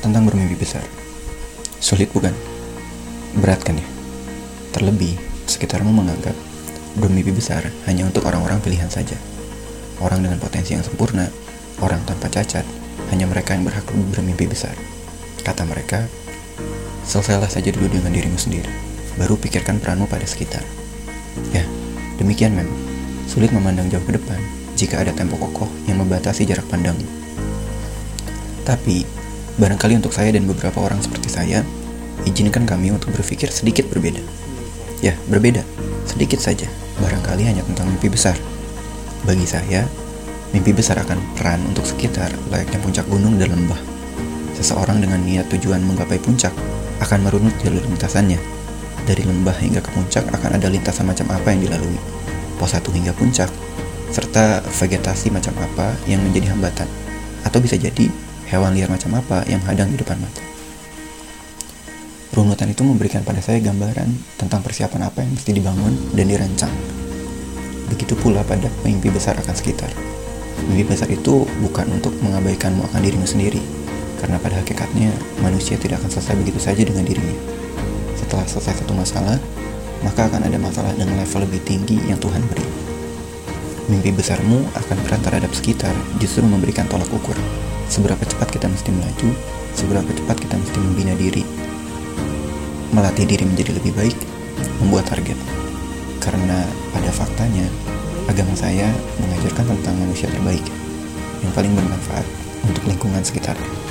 tentang bermimpi besar. Sulit bukan? Berat kan ya? Terlebih, sekitarmu menganggap bermimpi besar hanya untuk orang-orang pilihan saja. Orang dengan potensi yang sempurna, orang tanpa cacat, hanya mereka yang berhak bermimpi besar. Kata mereka, selesailah saja dulu dengan dirimu sendiri, baru pikirkan peranmu pada sekitar. Ya, demikian memang. Sulit memandang jauh ke depan jika ada tembok kokoh yang membatasi jarak pandangmu. Tapi, barangkali untuk saya dan beberapa orang seperti saya, izinkan kami untuk berpikir sedikit berbeda. Ya, berbeda, sedikit saja, barangkali hanya tentang mimpi besar. Bagi saya, mimpi besar akan peran untuk sekitar layaknya puncak gunung dan lembah. Seseorang dengan niat tujuan menggapai puncak akan merunut jalur lintasannya. Dari lembah hingga ke puncak akan ada lintasan macam apa yang dilalui, pos 1 hingga puncak, serta vegetasi macam apa yang menjadi hambatan, atau bisa jadi hewan liar macam apa yang menghadang di depan mata. Runutan itu memberikan pada saya gambaran tentang persiapan apa yang mesti dibangun dan dirancang. Begitu pula pada mimpi besar akan sekitar. Mimpi besar itu bukan untuk mengabaikanmu akan dirimu sendiri, karena pada hakikatnya manusia tidak akan selesai begitu saja dengan dirinya. Setelah selesai satu masalah, maka akan ada masalah dengan level lebih tinggi yang Tuhan beri. Mimpi besarmu akan peran terhadap sekitar justru memberikan tolak ukur. Seberapa cepat kita mesti melaju, seberapa cepat kita mesti membina diri, melatih diri menjadi lebih baik, membuat target. Karena pada faktanya, agama saya mengajarkan tentang manusia terbaik yang paling bermanfaat untuk lingkungan sekitar.